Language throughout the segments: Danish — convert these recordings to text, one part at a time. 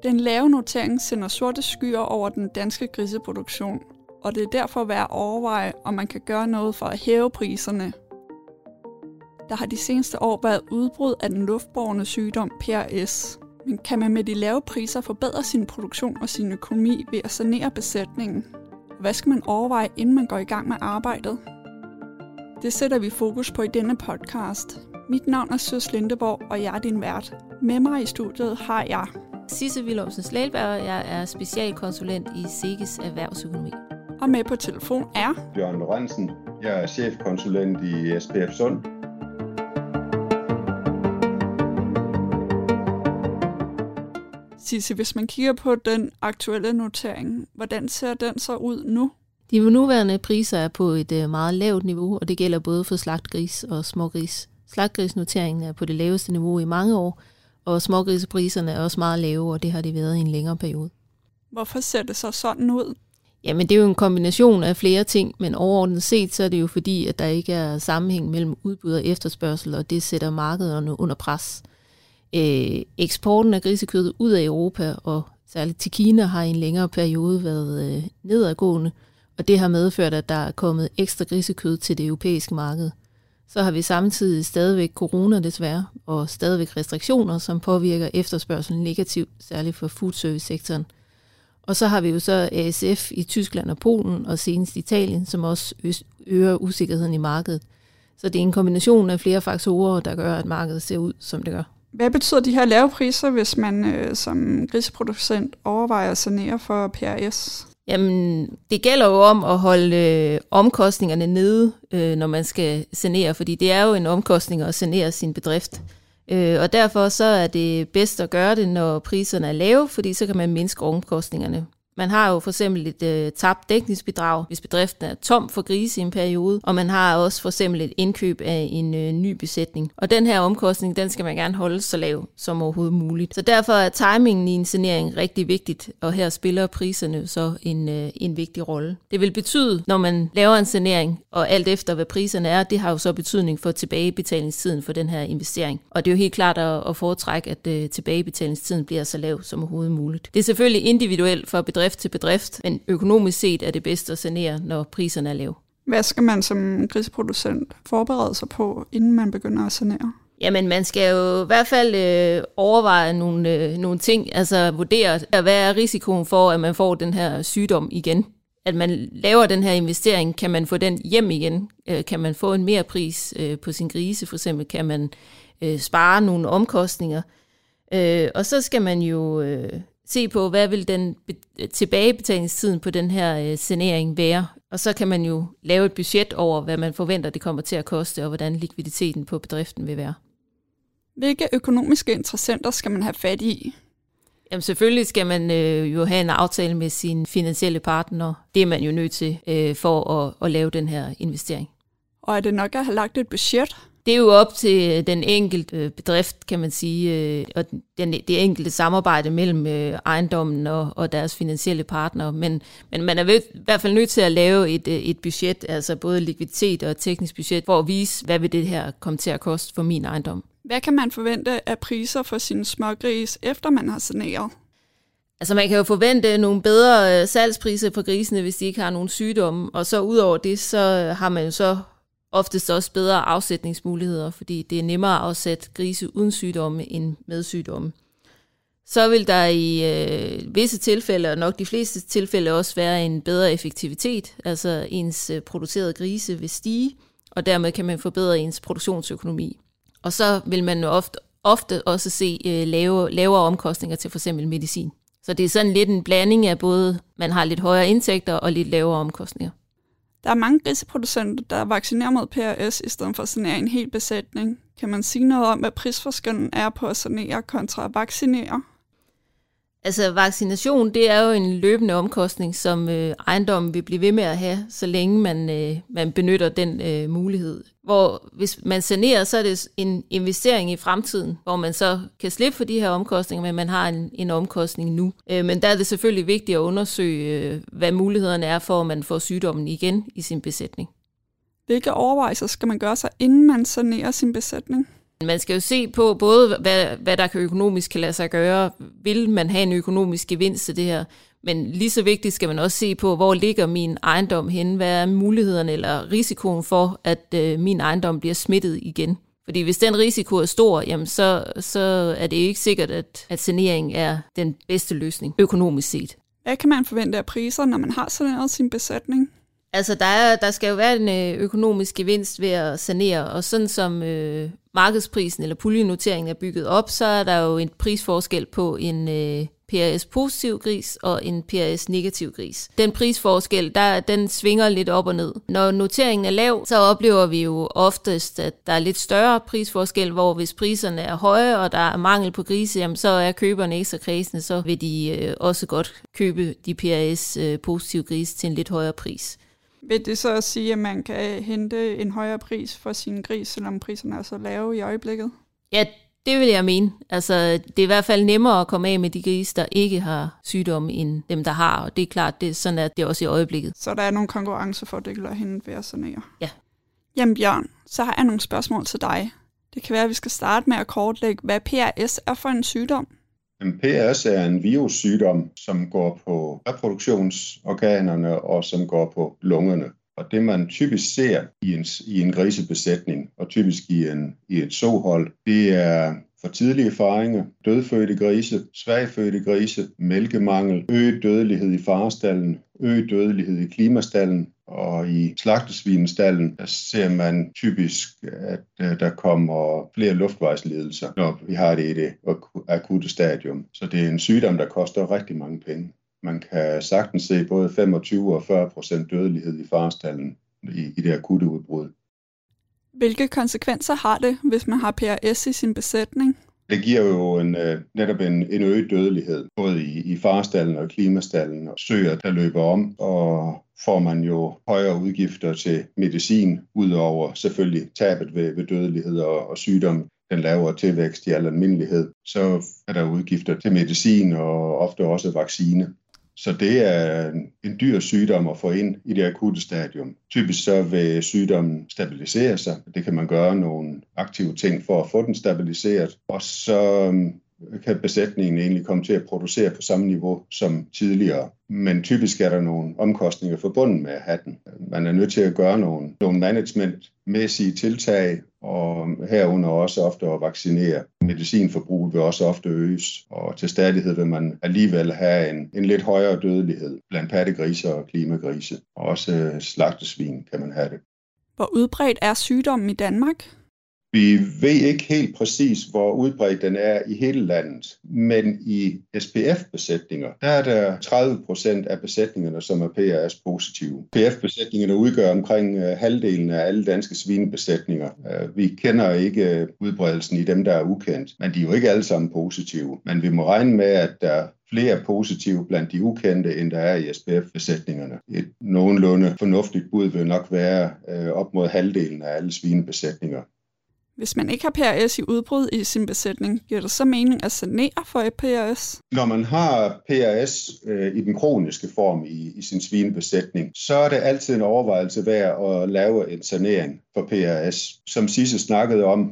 Den lave notering sender sorte skyer over den danske griseproduktion, og det er derfor værd at overveje, om man kan gøre noget for at hæve priserne. Der har de seneste år været udbrud af den luftbårne sygdom PRS. Men kan man med de lave priser forbedre sin produktion og sin økonomi ved at sanere besætningen? Hvad skal man overveje, inden man går i gang med arbejdet? Det sætter vi fokus på i denne podcast. Mit navn er Søs Lindeborg, og jeg er din vært. Med mig i studiet har jeg Sisse Willumsen Slælberg, jeg er specialkonsulent i SEGES Erhvervsøkonomi. Og med på telefon er Bjørn Lorentzen. Jeg er chefkonsulent i SPF Sund. Sisse, hvis man kigger på den aktuelle notering, hvordan ser den så ud nu? De nuværende priser er på et meget lavt niveau, og det gælder både for slagtgris og smågris. Slagtgrisnoteringen er på det laveste niveau i mange år, og smågrisepriserne er også meget lave, og det har de været i en længere periode. Hvorfor ser det så sådan ud? Jamen det er jo en kombination af flere ting, men overordnet set så er det jo fordi, at der ikke er sammenhæng mellem udbud og efterspørgsel, og det sætter markederne under pres. Eksporten af grisekød ud af Europa, og særligt til Kina, har i en længere periode været nedadgående, og det har medført, at der er kommet ekstra grisekød til det europæiske marked. Så har vi samtidig stadigvæk corona desværre, og stadigvæk restriktioner, som påvirker efterspørgselen negativt, særligt for foodservice-sektoren. Og så har vi jo så ASF i Tyskland og Polen, og senest Italien, som også øger usikkerheden i markedet. Så det er en kombination af flere faktorer, der gør, at markedet ser ud, som det gør. Hvad betyder de her lave priser, hvis man som griseproducent overvejer at sanere for PRS? Jamen, det gælder jo om at holde omkostningerne nede, når man skal sanere, fordi det er jo en omkostning at sanere sin bedrift. Og derfor så er det bedst at gøre det, når priserne er lave, fordi så kan man mindske omkostningerne. Man har jo for eksempel et tabt dækningsbidrag, hvis bedriften er tom for grise i en periode, og man har også for eksempel et indkøb af en ny besætning. Og den her omkostning, den skal man gerne holde så lav som overhovedet muligt. Så derfor er timingen i en sanering rigtig vigtigt, og her spiller priserne så en vigtig rolle. Det vil betyde, når man laver en sanering, og alt efter hvad priserne er, det har jo så betydning for tilbagebetalingstiden for den her investering. Og det er jo helt klart at foretrække, at tilbagebetalingstiden bliver så lav som overhovedet muligt. Det er selvfølgelig individuelt for bedrift til bedrift, men økonomisk set er det bedst at sanere, når priserne er lave. Hvad skal man som griseproducent forberede sig på, inden man begynder at sanere? Jamen, man skal jo i hvert fald overveje nogle ting, altså vurdere, hvad er risikoen for, at man får den her sygdom igen. At man laver den her investering, kan man få den hjem igen? Kan man få en mere pris på sin grise? For eksempel kan man spare nogle omkostninger? Og så skal man jo se på, hvad vil den tilbagebetalingstiden på den her sanering være. Og så kan man jo lave et budget over, hvad man forventer, det kommer til at koste, og hvordan likviditeten på bedriften vil være. Hvilke økonomiske interessenter skal man have fat i? Jamen selvfølgelig skal man jo have en aftale med sine finansielle partnere. Det er man jo nødt til for at lave den her investering. Og er det nok at have lagt et budget? Det er jo op til den enkelte bedrift, kan man sige, og det enkelte samarbejde mellem ejendommen og deres finansielle partnere. Men man er i hvert fald nødt til at lave et budget, altså både likviditet og teknisk budget, for at vise, hvad vil det her komme til at koste for min ejendom. Hvad kan man forvente af priser for sine smågris, efter man har saneret? Altså man kan jo forvente nogle bedre salgspriser for grisene, hvis de ikke har nogen sygdomme. Og så ud over det, så har man jo så oftest også bedre afsætningsmuligheder, fordi det er nemmere at afsætte grise uden sygdomme end med sygdomme. Så vil der i visse tilfælde, og nok de fleste tilfælde, også være en bedre effektivitet, altså ens producerede grise vil stige, og dermed kan man forbedre ens produktionsøkonomi. Og så vil man jo ofte også se lavere omkostninger til f.eks. medicin. Så det er sådan lidt en blanding af både, man har lidt højere indtægter og lidt lavere omkostninger. Der er mange griseproducenter, der vaccinerer mod PRS i stedet for at sanere en hel besætning. Kan man sige noget om, hvad prisforskellen er på at sanere kontra at vaccinere? Altså vaccination, det er jo en løbende omkostning, som ejendommen vil blive ved med at have, så længe man benytter den mulighed. Hvor hvis man sanerer, så er det en investering i fremtiden, hvor man så kan slippe for de her omkostninger, men man har en omkostning nu. Men der er det selvfølgelig vigtigt at undersøge, hvad mulighederne er for, at man får sygdommen igen i sin besætning. Hvilke overvejelser skal man gøre sig, inden man sanerer sin besætning? Man skal jo se på både, hvad der økonomisk kan lade sig gøre. Vil man have en økonomisk gevinst til det her? Men lige så vigtigt skal man også se på, hvor ligger min ejendom henne? Hvad er mulighederne eller risikoen for, at min ejendom bliver smittet igen? Fordi hvis den risiko er stor, jamen så er det ikke sikkert, at sanering er den bedste løsning økonomisk set. Hvad kan man forvente af priser, når man har saneret sin besætning? Altså, der skal jo være en økonomisk gevinst ved at sanere, og sådan som markedsprisen eller puljenoteringen er bygget op, så er der jo en prisforskel på en PRS-positiv gris og en PRS-negativ gris. Den prisforskel, den svinger lidt op og ned. Når noteringen er lav, så oplever vi jo oftest, at der er lidt større prisforskel, hvor hvis priserne er høje, og der er mangel på grise, jamen, så er køberne ikke så kredsende, så vil de også godt købe de PRS-positive grise til en lidt højere pris. Vil det så sige, at man kan hente en højere pris for sin gris, selvom priserne er så lave i øjeblikket? Ja, det vil jeg mene. Altså, det er i hvert fald nemmere at komme af med de grise, der ikke har sygdomme, end dem, der har. Og det er klart, sådan er det også i øjeblikket. Så der er nogle konkurrencefordele at hente ved at sanere? Ja. Jamen Bjørn, så har jeg nogle spørgsmål til dig. Det kan være, at vi skal starte med at kortlægge, hvad PRS er for en sygdom. PRS er en virussygdom, som går på reproduktionsorganerne og som går på lungerne. Og det man typisk ser i en grisebesætning, og typisk i et sohold, det er for tidlige faringer, dødfødte grise, svagfødte grise, mælkemangel, øget dødelighed i farestallen, øget dødelighed i klimastallen, og i slagtesvinestallen, der ser man typisk, at der kommer flere luftvejslidelser, når vi har det i det akutte stadium. Så det er en sygdom, der koster rigtig mange penge. Man kan sagtens se både 25 og 40% dødelighed i farestallen i det akutte udbrud. Hvilke konsekvenser har det, hvis man har PRS i sin besætning? Det giver jo netop en øget dødelighed, både i farestallen og klimastallen, og søer, der løber om, og får man jo højere udgifter til medicin, udover selvfølgelig tabet ved dødelighed og sygdom, den lavere tilvækst i al almindelighed. Så er der udgifter til medicin og ofte også vaccine. Så det er en dyr sygdom at få ind i det akutte stadium. Typisk så vil sygdommen stabilisere sig. Det kan man gøre nogle aktive ting for at få den stabiliseret. Og så kan besætningen egentlig komme til at producere på samme niveau som tidligere. Men typisk er der nogle omkostninger forbundet med at have den. Man er nødt til at gøre nogle managementmæssige tiltag, og herunder også ofte at vaccinere. Medicinforbruget vil også ofte øges, og til stadighed vil man alligevel have en lidt højere dødelighed blandt pattegrise og klimagrise. Og også slagtesvin kan man have det. Hvor udbredt er sygdommen i Danmark? Vi ved ikke helt præcis, hvor udbredt den er i hele landet, men i SPF-besætninger, der er der 30% af besætningerne, som er PRS-positive. PRS-besætningerne udgør omkring halvdelen af alle danske svinebesætninger. Vi kender ikke udbredelsen i dem, der er ukendt, men de er jo ikke alle sammen positive. Men vi må regne med, at der er flere positive blandt de ukendte, end der er i SPF-besætningerne. Et nogenlunde fornuftigt bud vil nok være op mod halvdelen af alle svinebesætninger. Hvis man ikke har PRS i udbrud i sin besætning, giver det så mening at sanere for et PRS? Når man har PRS i den kroniske form i sin svinebesætning, så er det altid en overvejelse værd at lave en sanering for PRS. Som Sisse snakkede om,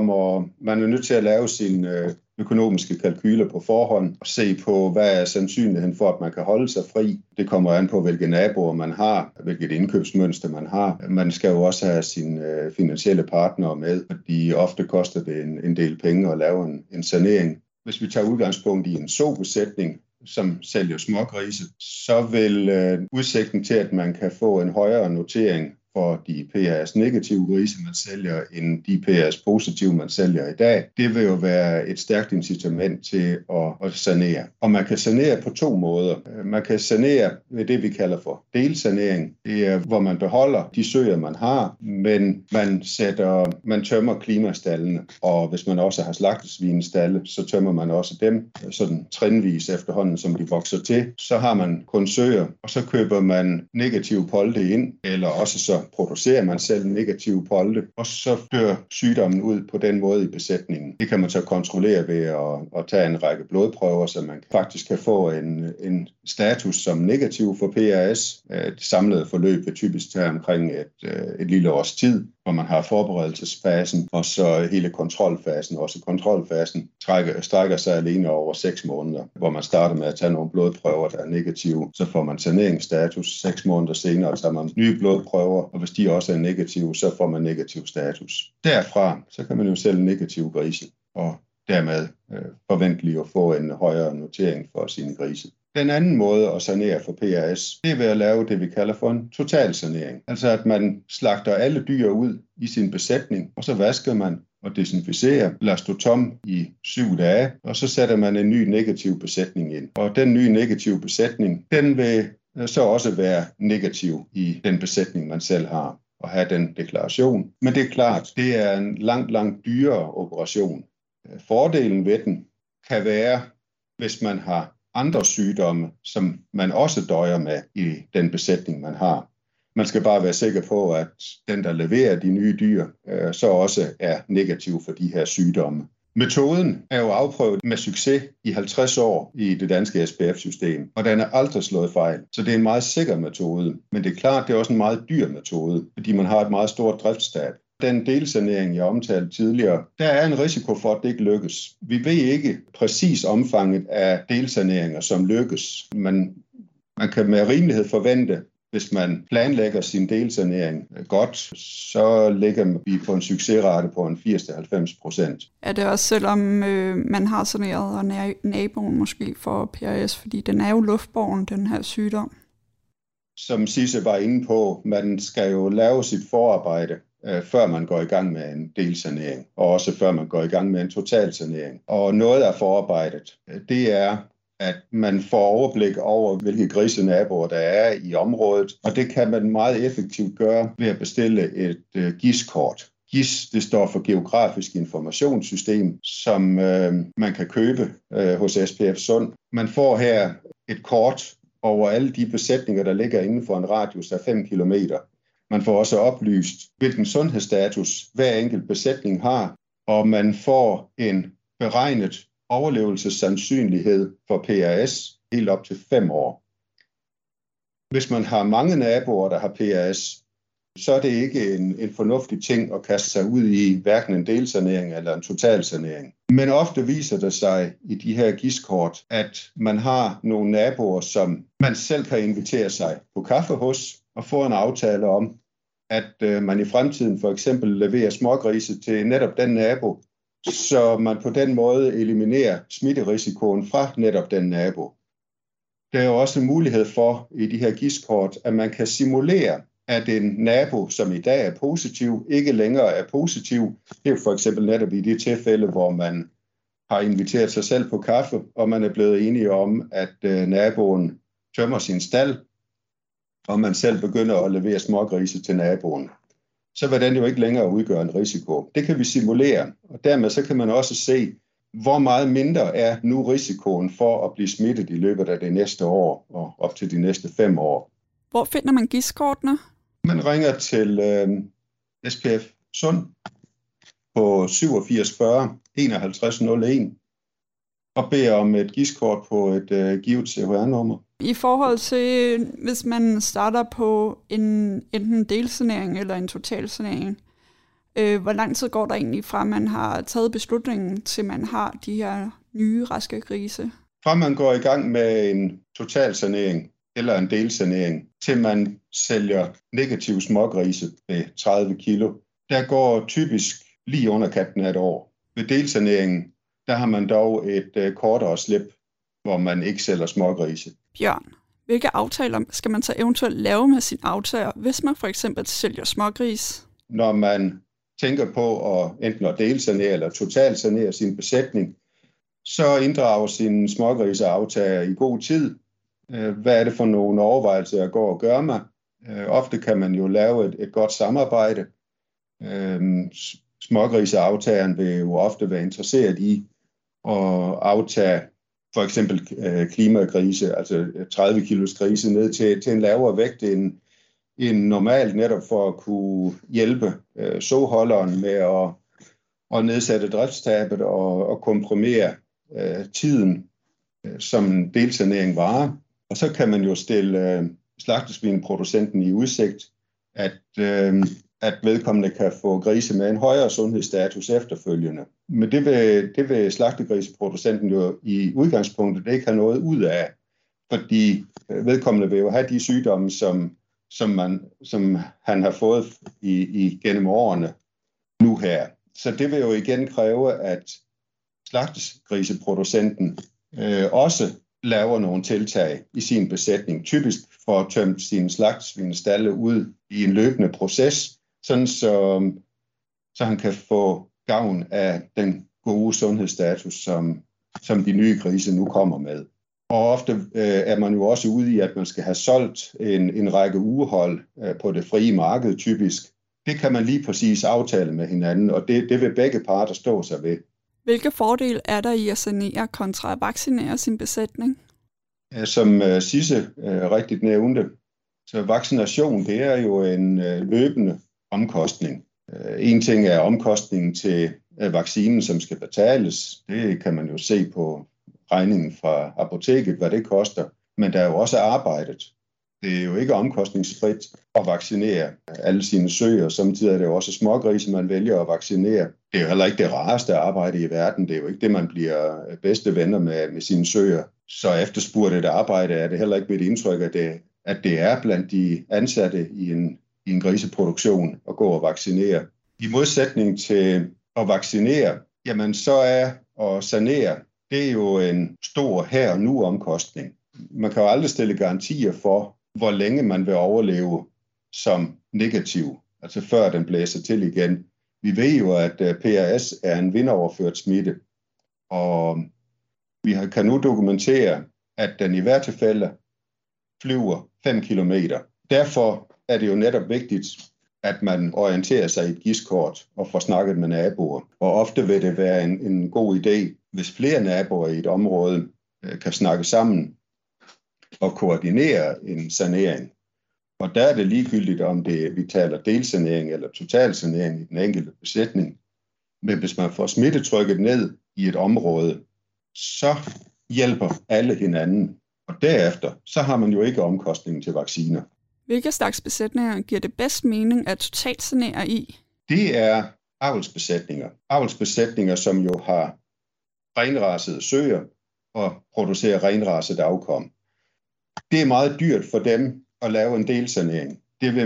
man er nødt til at lave sine økonomiske kalkyler på forhånd og se på, hvad er sandsynligheden for, at man kan holde sig fri. Det kommer an på, hvilke naboer man har, hvilket indkøbsmønster man har. Man skal jo også have sine finansielle partnere med, fordi ofte koster det en del penge at lave en sanering. Hvis vi tager udgangspunkt i en sobesætning, som sælger smågrise, så vil udsigten til, at man kan få en højere notering for de PRS-negative grise, man sælger, end de PRS-positive, man sælger i dag. Det vil jo være et stærkt incitament til at sanere. Og man kan sanere på to måder. Man kan sanere ved det, vi kalder for delsanering. Det er, hvor man beholder de søer, man har, men man tømmer klimastallene. Og hvis man også har slagtesvinestalle, så tømmer man også dem sådan trinvis efterhånden, som de vokser til. Så har man kun søer, og så køber man negativ polte ind, eller også så producerer man selv negative polte, og så dør sygdommen ud på den måde i besætningen. Det kan man så kontrollere ved at tage en række blodprøver, så man faktisk kan få en status som negativ for PRS. Det samlede forløb vil typisk tage omkring et lille års tid, hvor man har forberedelsesfasen, og så hele kontrolfasen. Også kontrolfasen strækker sig alene over 6 måneder, hvor man starter med at tage nogle blodprøver, der er negative. Så får man saneringsstatus. 6 måneder senere tager man nye blodprøver, og hvis de også er negative, så får man negativ status. Derfra så kan man jo sælge negative grise, og dermed forventeligt at få en højere notering for sine grise. Den anden måde at sanere for PRS, det er ved at lave det, vi kalder for en totalsanering. Altså at man slagter alle dyr ud i sin besætning, og så vasker man og desinficerer, lader stå tom i 7 dage, og så sætter man en ny negativ besætning ind. Og den nye negative besætning, den vil så også være negativ i den besætning, man selv har, og have den deklaration. Men det er klart, det er en langt dyrere operation. Fordelen ved den kan være, hvis man har andre sygdomme, som man også døjer med i den besætning, man har. Man skal bare være sikker på, at den, der leverer de nye dyr, så også er negativ for de her sygdomme. Metoden er jo afprøvet med succes i 50 år i det danske SPF-system, og den er aldrig slået fejl. Så det er en meget sikker metode, men det er klart, det er også en meget dyr metode, fordi man har et meget stort driftstab. Den delsanering, jeg omtalte tidligere, der er en risiko for, at det ikke lykkes. Vi ved ikke præcis omfanget af delsaneringer, som lykkes. Men man kan med rimelighed forvente, hvis man planlægger sin delsanering godt, så ligger vi på en succesrate på en 80-90%. Er det også selvom man har saneret, og naboen måske for PRS, fordi den er jo luftbåren, den her sygdom? Som Sisse var inde på, man skal jo lave sit forarbejde, før man går i gang med en delsanering, og også før man går i gang med en totalsanering. Og noget af forarbejdet, det er, at man får overblik over, hvilke grisenaboer der er i området, og det kan man meget effektivt gøre ved at bestille et GIS-kort. GIS, det står for Geografisk Informationssystem, som man kan købe hos SPF Sund. Man får her et kort over alle de besætninger, der ligger inden for en radius af 5 kilometer. Man får også oplyst, hvilken sundhedsstatus hver enkelt besætning har, og man får en beregnet overlevelsessandsynlighed for PRS helt op til 5 år. Hvis man har mange naboer, der har PRS, så er det ikke en fornuftig ting at kaste sig ud i hverken en delsanering eller en totalsanering. Men ofte viser det sig i de her GIS-kort, at man har nogle naboer, som man selv kan invitere sig på kaffe hos, og få en aftale om, at man i fremtiden for eksempel leverer smågrise til netop den nabo, så man på den måde eliminerer smitterisikoen fra netop den nabo. Der er jo også en mulighed for i de her GIS-kort, at man kan simulere, at en nabo, som i dag er positiv, ikke længere er positiv. Det er jo for eksempel netop i de tilfælde, hvor man har inviteret sig selv på kaffe, og man er blevet enige om, at naboen tømmer sin stald, og man selv begynder at levere smågrise til naboen. Så vil den jo ikke længere udgøre en risiko. Det kan vi simulere, og dermed så kan man også se, hvor meget mindre er nu risikoen for at blive smittet i løbet af det næste år og op til de næste 5 år. Hvor finder man GIS-kortene? Man ringer til SPF Sund på 87 40 51 01 og beder om et GIS-kort på et givet CHR-nummer. I forhold til, hvis man starter på enten delsanering eller en totalsanering, hvor lang tid går der egentlig fra, man har taget beslutningen, til man har de her nye raske grise? Fra man går i gang med en totalsanering eller en delsanering, til man sælger negative smågrise med 30 kilo, der går typisk lige under kanten af et år. Ved delsaneringen, der har man dog et kortere slip, hvor man ikke sælger smågrise. Bjørn, hvilke aftaler skal man så eventuelt lave med sin aftager, hvis man for eksempel sælger smågris? Når man tænker på at enten at delsanere eller totalsanere sin besætning, så inddrager sin smågriseaftager i god tid. Hvad er det for nogle overvejelser, jeg går og gør mig? Ofte kan man jo lave et godt samarbejde. Smågriseaftageren vil jo ofte være interesseret i at aftage for eksempel klimagrise, altså 30 kilos grise, ned til en lavere vægt end normalt, netop for at kunne hjælpe såholderen med at nedsætte driftstabet og komprimere tiden, som delsanering varer. Og så kan man jo stille slagtesvineproducenten i udsigt, at at vedkommende kan få grise med en højere sundhedsstatus efterfølgende. Men det vil slagtegriseproducenten jo i udgangspunktet ikke have noget ud af, fordi vedkommende vil jo have de sygdomme, som han har fået gennem årene nu her. Så det vil jo igen kræve, at slagtegriseproducenten også laver nogle tiltag i sin besætning, typisk for at tømme sine slagtesvinestalle ud i en løbende proces, sådan så han kan få gavn af den gode sundhedsstatus, som de nye grise nu kommer med. Og ofte er man jo også ude i, at man skal have solgt en række ugehold på det frie marked typisk. Det kan man lige præcis aftale med hinanden, og det vil begge parter stå sig ved. Hvilke fordele er der i at sanere kontra at vaccinere sin besætning? Som Sisse rigtigt nævnte, så vaccination, det er jo en løbende omkostning. En ting er omkostningen til vaccinen, som skal betales. Det kan man jo se på regningen fra apoteket, hvad det koster. Men der er jo også arbejdet. Det er jo ikke omkostningsfrit at vaccinere alle sine søer. Samtidig er det jo også smågrise, man vælger at vaccinere. Det er jo heller ikke det rareste arbejde i verden. Det er jo ikke det, man bliver bedste venner med sine søer. Så efterspurgt et arbejde er det heller ikke mit indtryk, at det er blandt de ansatte i en griseproduktion at gå og vaccinere. I modsætning til at vaccinere, jamen så er at sanere, det er jo en stor her og nu omkostning. Man kan jo aldrig stille garantier for, hvor længe man vil overleve som negativ, altså før den blæser til igen. Vi ved jo, at PRS er en vindoverført smitte, og vi kan nu dokumentere, at den i hvert tilfælde flyver 5 kilometer. Derfor er det jo netop vigtigt, at man orienterer sig i et giskort og får snakket med naboer. Og ofte vil det være en god idé, hvis flere naboer i et område kan snakke sammen og koordinere en sanering. Og der er det ligegyldigt, om vi taler delsanering eller totalsanering i den enkelte besætning. Men hvis man får smittetrykket ned i et område, så hjælper alle hinanden. Og derefter, så har man jo ikke omkostningen til vacciner. Hvilke slags besætninger giver det bedst mening at totalsanere i? Det er avlsbesætninger. Avlsbesætninger, som jo har renrasede søer og producerer renraset afkom. Det er meget dyrt for dem at lave en delsanering.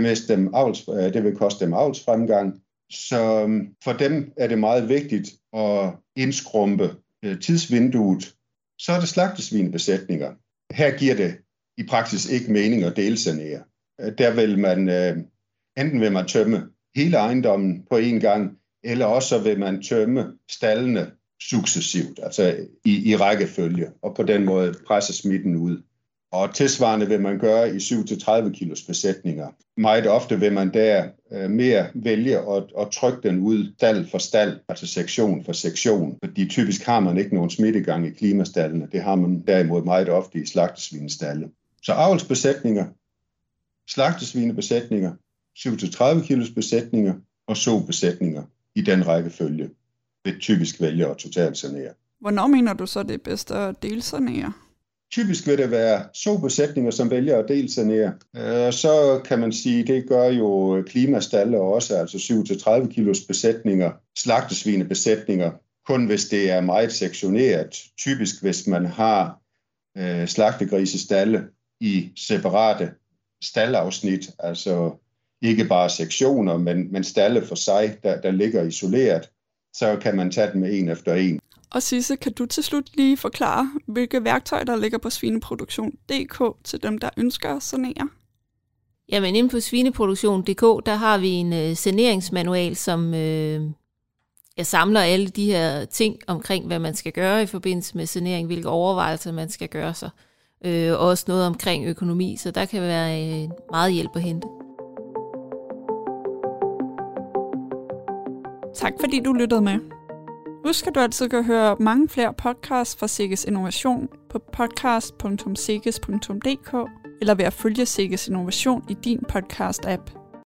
Det vil koste dem avlsfremgang. Så for dem er det meget vigtigt at indskrumpe tidsvinduet. Så er det slagtesvinebesætninger. Her giver det i praksis ikke mening at delsanere. Der vil man enten vil man tømme hele ejendommen på en gang, eller også vil man tømme stallene successivt, altså i rækkefølge, og på den måde presse smitten ud. Og tilsvarende vil man gøre i 7-30 kilos besætninger. Meget ofte vil man der mere vælge at trykke den ud stald for stald, altså sektion for sektion. Fordi typisk har man ikke nogen smittegang i klimastallene. Det har man derimod meget ofte i slagtesvinestalle. Så avlsbesætninger, slagtesvinebesætninger, 7-30 kilos besætninger og sobesætninger i den rækkefølge vil typisk vælge at totalsanere. Hvornår mener du så, det er bedst at delsanere? Typisk vil det være sobesætninger, som vælger at delsanere. Så kan man sige, det gør jo klimastalle også, altså 7-30 kilos besætninger, slagtesvinebesætninger, kun hvis det er meget sektioneret. Typisk hvis man har slagtegrisestalle i separate staldafsnit, altså ikke bare sektioner, men stalle for sig, der ligger isoleret, så kan man tage dem en efter en. Og Sisse, kan du til slut lige forklare, hvilke værktøjer, der ligger på svineproduktion.dk til dem, der ønsker at sanere? Jamen, inde på svineproduktion.dk, der har vi en saneringsmanual, som samler alle de her ting omkring, hvad man skal gøre i forbindelse med sanering, hvilke overvejelser man skal gøre sig. Også noget omkring økonomi, så der kan være meget hjælp at hente. Tak fordi du lyttede med. Husk, at du altid kan høre mange flere podcasts fra Sikkes Innovation på podcast.sikkes.dk eller ved at følge Sikkes Innovation i din podcast-app.